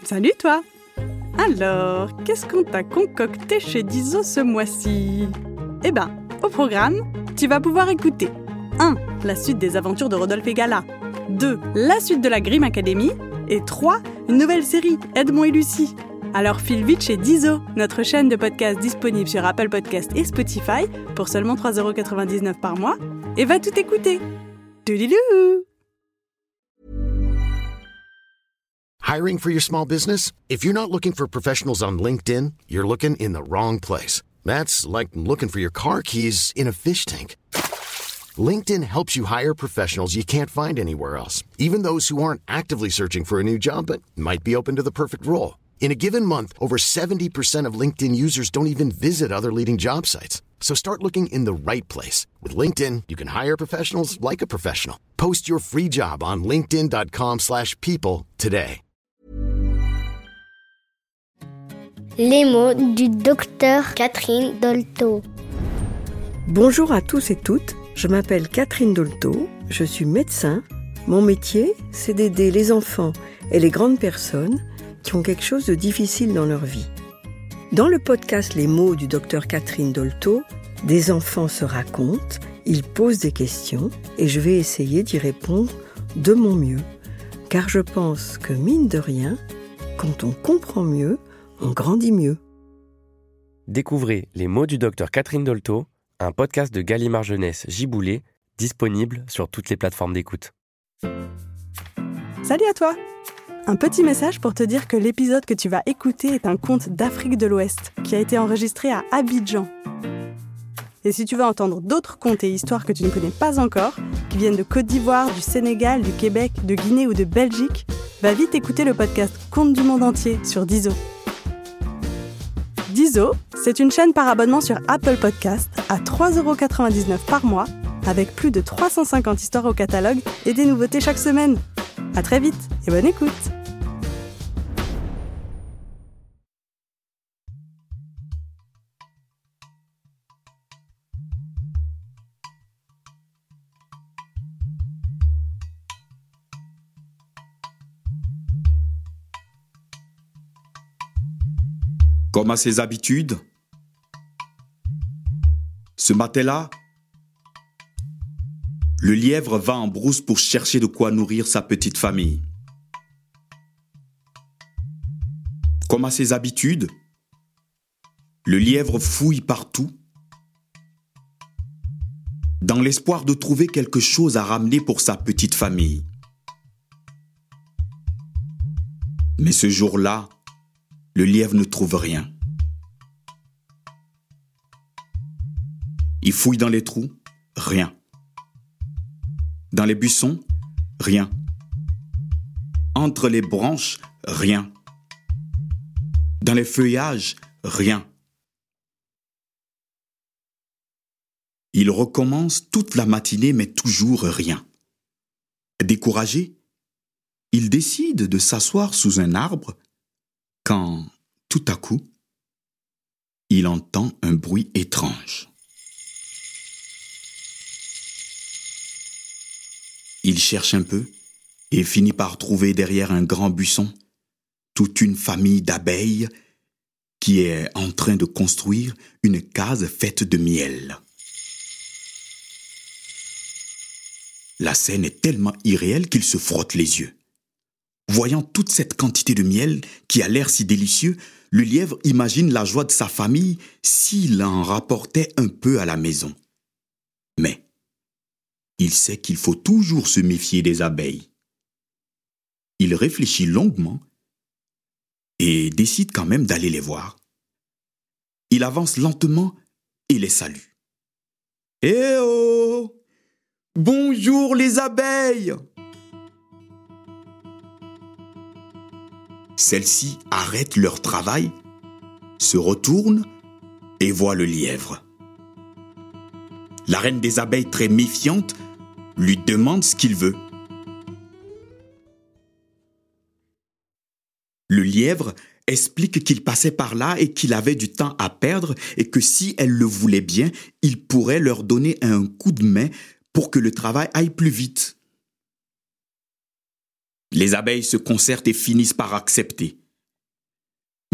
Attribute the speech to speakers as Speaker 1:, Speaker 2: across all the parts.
Speaker 1: Salut toi! Alors, qu'est-ce qu'on t'a concocté chez Diso ce mois-ci? Eh ben, au programme, tu vas pouvoir écouter 1. La suite des aventures de Rodolphe et Gala, 2. La suite de la Grimm Academy et 3. Une nouvelle série, Edmond et Lucie. Alors file vite chez Diso, notre chaîne de podcast disponible sur Apple Podcasts et Spotify pour seulement 3,99€ par mois et va tout écouter. Toudilou!
Speaker 2: Hiring for your small business? If you're not looking for professionals on LinkedIn, you're looking in the wrong place. That's like looking for your car keys in a fish tank. LinkedIn helps you hire professionals you can't find anywhere else, even those who aren't actively searching for a new job but might be open to the perfect role. In a given month, over 70% of LinkedIn users don't even visit other leading job sites. So start looking in the right place. With LinkedIn, you can hire professionals like a professional. Post your free job on linkedin.com/people today.
Speaker 3: Les mots du docteur Catherine Dolto.
Speaker 4: Bonjour à tous et toutes, je m'appelle Catherine Dolto, je suis médecin. Mon métier, c'est d'aider les enfants et les grandes personnes qui ont quelque chose de difficile dans leur vie. Dans le podcast Les mots du docteur Catherine Dolto, des enfants se racontent, ils posent des questions et je vais essayer d'y répondre de mon mieux. Car je pense que mine de rien, quand on comprend mieux, on grandit mieux.
Speaker 5: Découvrez Les mots du docteur Catherine Dolto, un podcast de Gallimard Jeunesse Giboulé, disponible sur toutes les plateformes d'écoute.
Speaker 1: Salut à toi! Un petit message pour te dire que l'épisode que tu vas écouter est un conte d'Afrique de l'Ouest qui a été enregistré à Abidjan. Et si tu veux entendre d'autres contes et histoires que tu ne connais pas encore, qui viennent de Côte d'Ivoire, du Sénégal, du Québec, de Guinée ou de Belgique, va vite écouter le podcast Contes du monde entier sur Diso. Diso, c'est une chaîne par abonnement sur Apple Podcasts à 3,99€ par mois, avec plus de 350 histoires au catalogue et des nouveautés chaque semaine. À très vite et bonne écoute!
Speaker 6: Comme à ses habitudes, ce matin-là, le lièvre va en brousse pour chercher de quoi nourrir sa petite famille. Comme à ses habitudes, le lièvre fouille partout, dans l'espoir de trouver quelque chose à ramener pour sa petite famille. Mais ce jour-là, le lièvre ne trouve rien. Il fouille dans les trous, rien. Dans les buissons, rien. Entre les branches, rien. Dans les feuillages, rien. Il recommence toute la matinée, mais toujours rien. Découragé, il décide de s'asseoir sous un arbre quand, tout à coup, il entend un bruit étrange. Il cherche un peu et finit par trouver derrière un grand buisson toute une famille d'abeilles qui est en train de construire une case faite de miel. La scène est tellement irréelle qu'il se frotte les yeux. Voyant toute cette quantité de miel qui a l'air si délicieux, le lièvre imagine la joie de sa famille s'il en rapportait un peu à la maison. Mais il sait qu'il faut toujours se méfier des abeilles. Il réfléchit longuement et décide quand même d'aller les voir. Il avance lentement et les salue. « Eh oh! Bonjour les abeilles !» Celles-ci arrêtent leur travail, se retournent et voient le lièvre. La reine des abeilles, très méfiante, lui demande ce qu'il veut. Le lièvre explique qu'il passait par là et qu'il avait du temps à perdre et que si elle le voulait bien, il pourrait leur donner un coup de main pour que le travail aille plus vite. Les abeilles se concertent et finissent par accepter.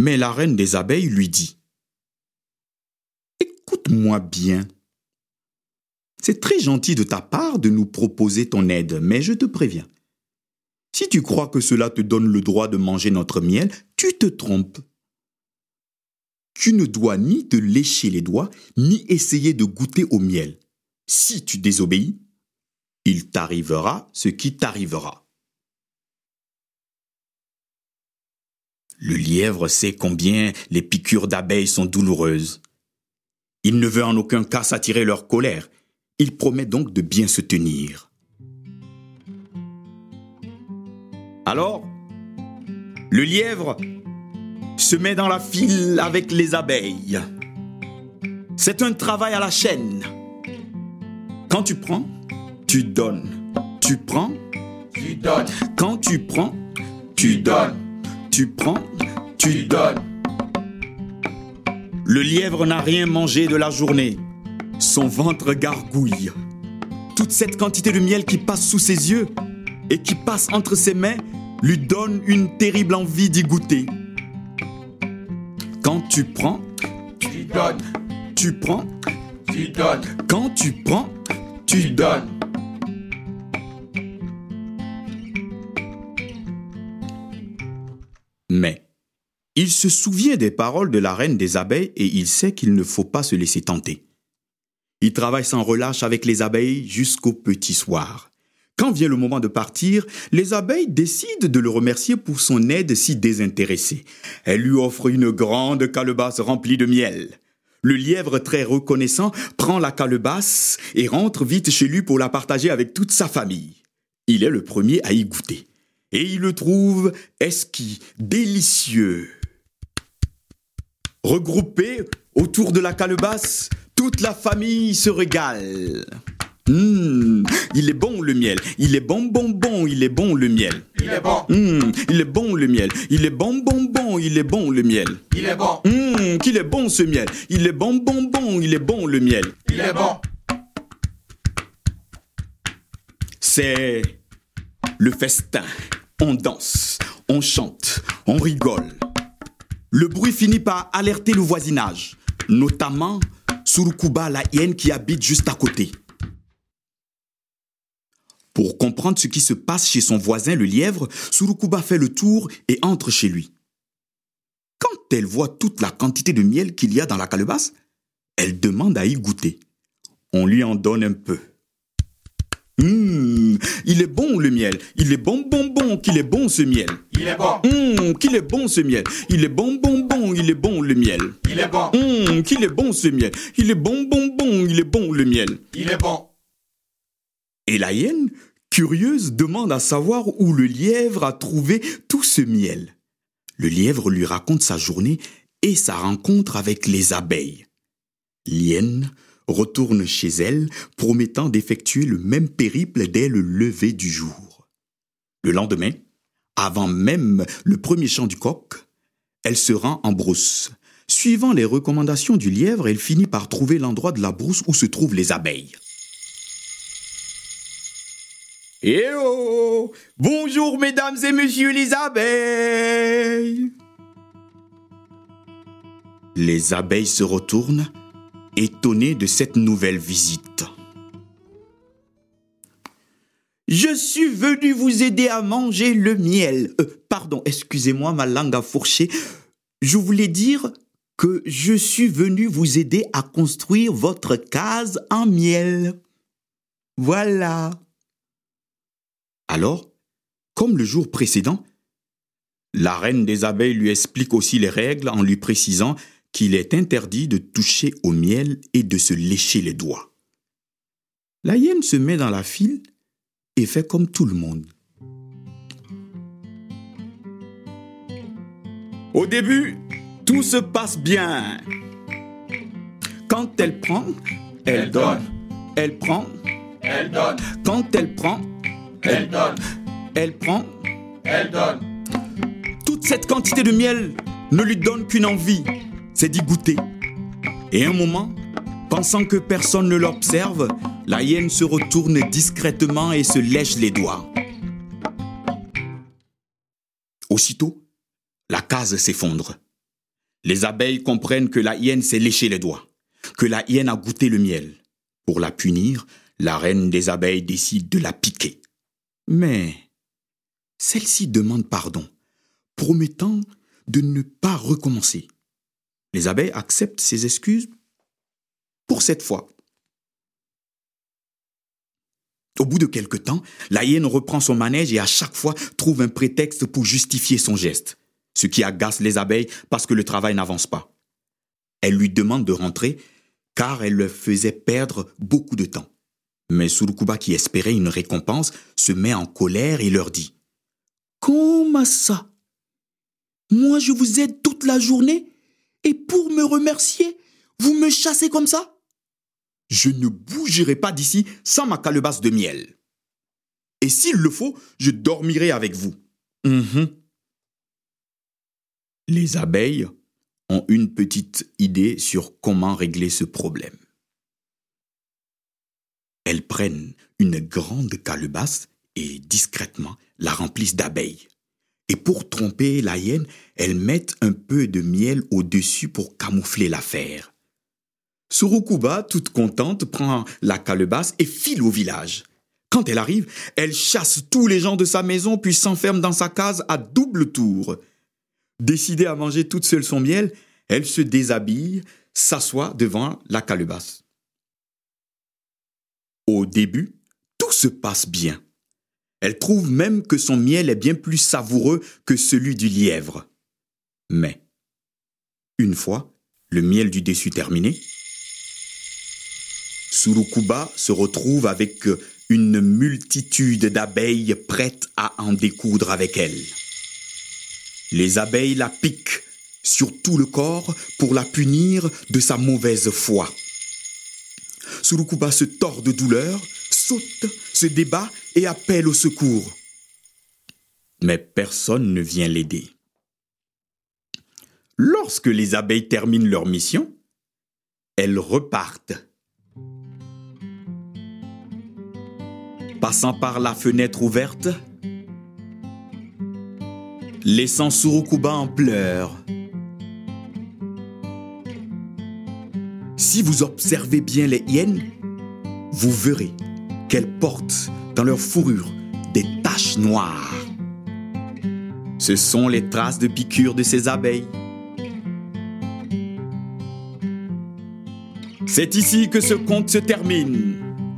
Speaker 6: Mais la reine des abeilles lui dit « Écoute-moi bien. C'est très gentil de ta part de nous proposer ton aide, mais je te préviens. Si tu crois que cela te donne le droit de manger notre miel, tu te trompes. Tu ne dois ni te lécher les doigts, ni essayer de goûter au miel. Si tu désobéis, il t'arrivera ce qui t'arrivera. » Le lièvre sait combien les piqûres d'abeilles sont douloureuses. Il ne veut en aucun cas s'attirer leur colère. Il promet donc de bien se tenir. Alors, le lièvre se met dans la file avec les abeilles. C'est un travail à la chaîne. Quand tu prends, tu donnes. Tu prends, tu donnes. Quand tu prends, tu donnes. Tu prends, tu donnes. Le lièvre n'a rien mangé de la journée. Son ventre gargouille. Toute cette quantité de miel qui passe sous ses yeux et qui passe entre ses mains lui donne une terrible envie d'y goûter. Quand tu prends, tu donnes. Tu prends, tu donnes. Quand tu prends, tu donnes. Mais il se souvient des paroles de la reine des abeilles et il sait qu'il ne faut pas se laisser tenter. Il travaille sans relâche avec les abeilles jusqu'au petit soir. Quand vient le moment de partir, les abeilles décident de le remercier pour son aide si désintéressée. Elles lui offrent une grande calebasse remplie de miel. Le lièvre, très reconnaissant, prend la calebasse et rentre vite chez lui pour la partager avec toute sa famille. Il est le premier à y goûter. Et il le trouve exquis, délicieux. Regroupés autour de la calebasse, toute la famille se régale. Il est bon le miel, il est bon, il est bon le miel.
Speaker 7: Il est bon.
Speaker 6: Il est bon le miel, il est bon, il est bon le miel.
Speaker 7: Il est bon.
Speaker 6: Qu'il est bon ce miel, il est bon, il est bon le miel.
Speaker 7: Il est bon.
Speaker 6: C'est le festin. On danse, on chante, on rigole. Le bruit finit par alerter le voisinage, notamment Surukuba, la hyène qui habite juste à côté. Pour comprendre ce qui se passe chez son voisin, le lièvre, Surukuba fait le tour et entre chez lui. Quand elle voit toute la quantité de miel qu'il y a dans la calebasse, elle demande à y goûter. On lui en donne un peu. Il est bon le miel, il est bon, qu'il est bon ce miel.
Speaker 7: Il est bon.
Speaker 6: Qu'il est bon ce miel, il est bon, il est bon le miel.
Speaker 7: Il est bon.
Speaker 6: Qu'il est bon ce miel, il est bon, il est bon le miel.
Speaker 7: Il est bon.
Speaker 6: Et la hyène, curieuse, demande à savoir où le lièvre a trouvé tout ce miel. Le lièvre lui raconte sa journée et sa rencontre avec les abeilles. L'hyène retourne chez elle, promettant d'effectuer le même périple dès le lever du jour. Le lendemain, avant même le premier chant du coq, elle se rend en brousse. Suivant les recommandations du lièvre, elle finit par trouver l'endroit de la brousse où se trouvent les abeilles. Eh oh! Bonjour mesdames et messieurs les abeilles! Les abeilles se retournent, étonnées de cette nouvelle visite. Je suis venu vous aider à manger le miel. Pardon, excusez-moi, ma langue a fourché. Je voulais dire que je suis venu vous aider à construire votre case en miel. Voilà. Alors, comme le jour précédent, la reine des abeilles lui explique aussi les règles en lui précisant qu'il est interdit de toucher au miel et de se lécher les doigts. La hyène se met dans la file et fait comme tout le monde. Au début, tout se passe bien. Quand elle prend, elle donne. Elle prend,
Speaker 7: Elle donne.
Speaker 6: quand elle prend,
Speaker 7: Elle donne.
Speaker 6: elle prend.
Speaker 7: Elle donne.
Speaker 6: Toute cette quantité de miel ne lui donne qu'une envie, c'est d'y goûter. Et un moment, pensant que personne ne l'observe, la hyène se retourne discrètement et se lèche les doigts. Aussitôt, la case s'effondre. Les abeilles comprennent que la hyène s'est léché les doigts, que la hyène a goûté le miel. Pour la punir, la reine des abeilles décide de la piquer. Mais celle-ci demande pardon, promettant de ne pas recommencer. Les abeilles acceptent ses excuses pour cette fois. Au bout de quelque temps, la hyène reprend son manège et à chaque fois trouve un prétexte pour justifier son geste, ce qui agace les abeilles parce que le travail n'avance pas. Elle lui demande de rentrer car elle leur faisait perdre beaucoup de temps. Mais Surukuba, qui espérait une récompense, se met en colère et leur dit « Comment ça? Moi je vous aide toute la journée et pour me remercier, vous me chassez comme ça? Je ne bougerai pas d'ici sans ma calebasse de miel. Et s'il le faut, je dormirai avec vous. » Les abeilles ont une petite idée sur comment régler ce problème. Elles prennent une grande calebasse et discrètement la remplissent d'abeilles. Et pour tromper la hyène, elles mettent un peu de miel au-dessus pour camoufler l'affaire. Surukuba, toute contente, prend la calebasse et file au village. Quand elle arrive, elle chasse tous les gens de sa maison puis s'enferme dans sa case à double tour. Décidée à manger toute seule son miel, elle se déshabille, s'assoit devant la calebasse. Au début, tout se passe bien. Elle trouve même que son miel est bien plus savoureux que celui du lièvre. Mais, une fois le miel du dessus terminé, Surukuba se retrouve avec une multitude d'abeilles prêtes à en découdre avec elle. Les abeilles la piquent sur tout le corps pour la punir de sa mauvaise foi. Surukuba se tord de douleur, saute, se débat et appelle au secours. Mais personne ne vient l'aider. Lorsque les abeilles terminent leur mission, elles repartent. Passant par la fenêtre ouverte, laissant Surukuba en pleurs. Si vous observez bien les hyènes, vous verrez qu'elles portent dans leur fourrure des taches noires. Ce sont les traces de piqûres de ces abeilles. C'est ici que ce conte se termine.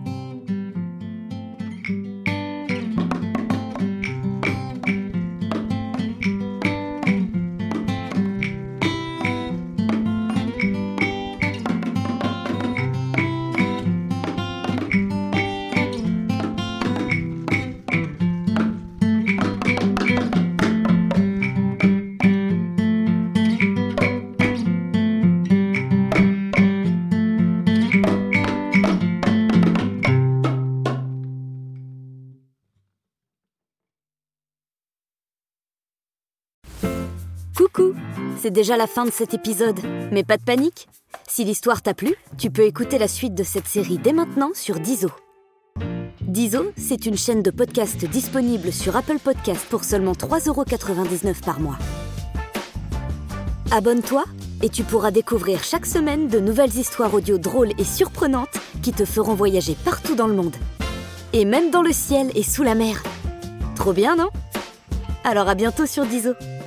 Speaker 8: Coucou, c'est déjà la fin de cet épisode, mais pas de panique. Si l'histoire t'a plu, tu peux écouter la suite de cette série dès maintenant sur Diso. Diso, c'est une chaîne de podcast disponible sur Apple Podcasts pour seulement 3,99 € par mois. Abonne-toi et tu pourras découvrir chaque semaine de nouvelles histoires audio drôles et surprenantes qui te feront voyager partout dans le monde. Et même dans le ciel et sous la mer. Trop bien, non ? Alors à bientôt sur Diso.